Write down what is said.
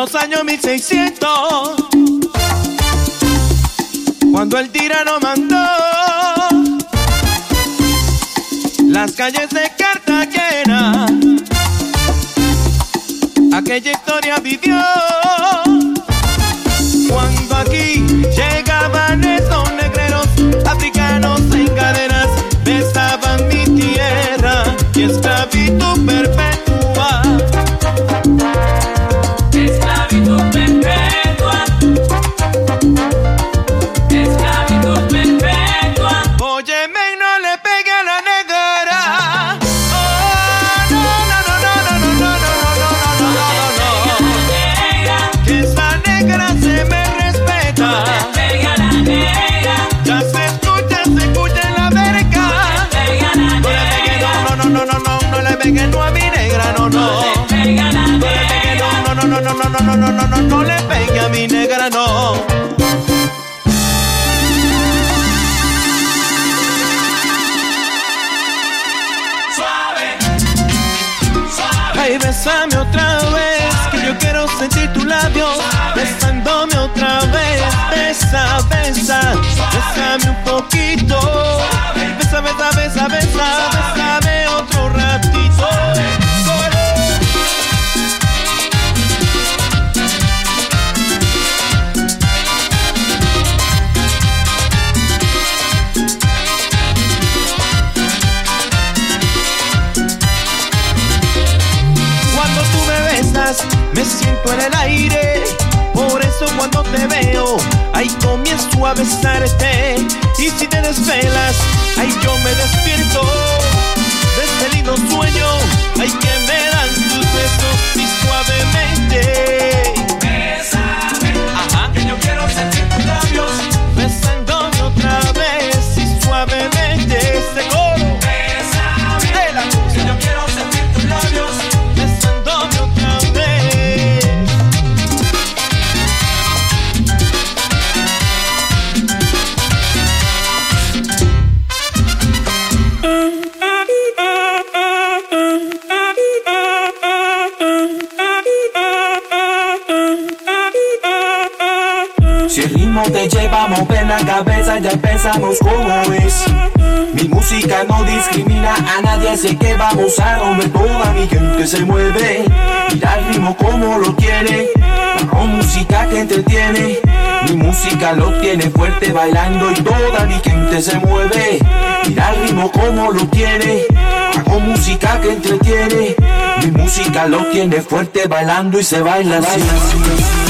los años 1600, cuando el tirano mandó las calles de Cartagena, aquella historia vivió. Cuando aquí llegaban esos negreros africanos en cadenas, besaban mi tierra y esclavitud perpetua. Esclavitud perpetua. Esclavitud perpetua. Óyeme, no le pegue a la negra. Oh, no, no, no, no, no, no, no, no, no, no, no, no. Que esa negra se me respeta. Ya se escucha en la verga. No le pegue, no, no, no, no, no, no le pegue no a mi negra, no, no. No le pegue, no, no, no, no, no, no, no, no, no, no, no le pegue a mi negra, no. Ay, bésame otra vez, que yo quiero sentir tus labios besándome otra vez. Besa, besa, bésame un poquito. Besa, besa, besa, besa, bésame otro ratito. Me siento en el aire, por eso cuando te veo, ahí comienzo a besarte. Y si te desvelas, ahí yo me despierto de este lindo sueño, ay que me dan tus besos y suavemente. Bésame, ajá, que yo quiero sentir tus labios besándome otra vez y suavemente este coro. Bésame, que yo quiero sentir tus labios besándome otra vez. Si el ritmo te lleva a mover la cabeza, ya empezamos como es. Mi música no discrimina a nadie, así que vamos a romper. Toda mi gente se mueve, mira el ritmo como lo tiene. Hago música que entretiene, mi música lo tiene fuerte bailando y toda mi gente se mueve. Mira el ritmo como lo tiene. Hago música que entretiene, mi música lo tiene fuerte bailando y se baila así.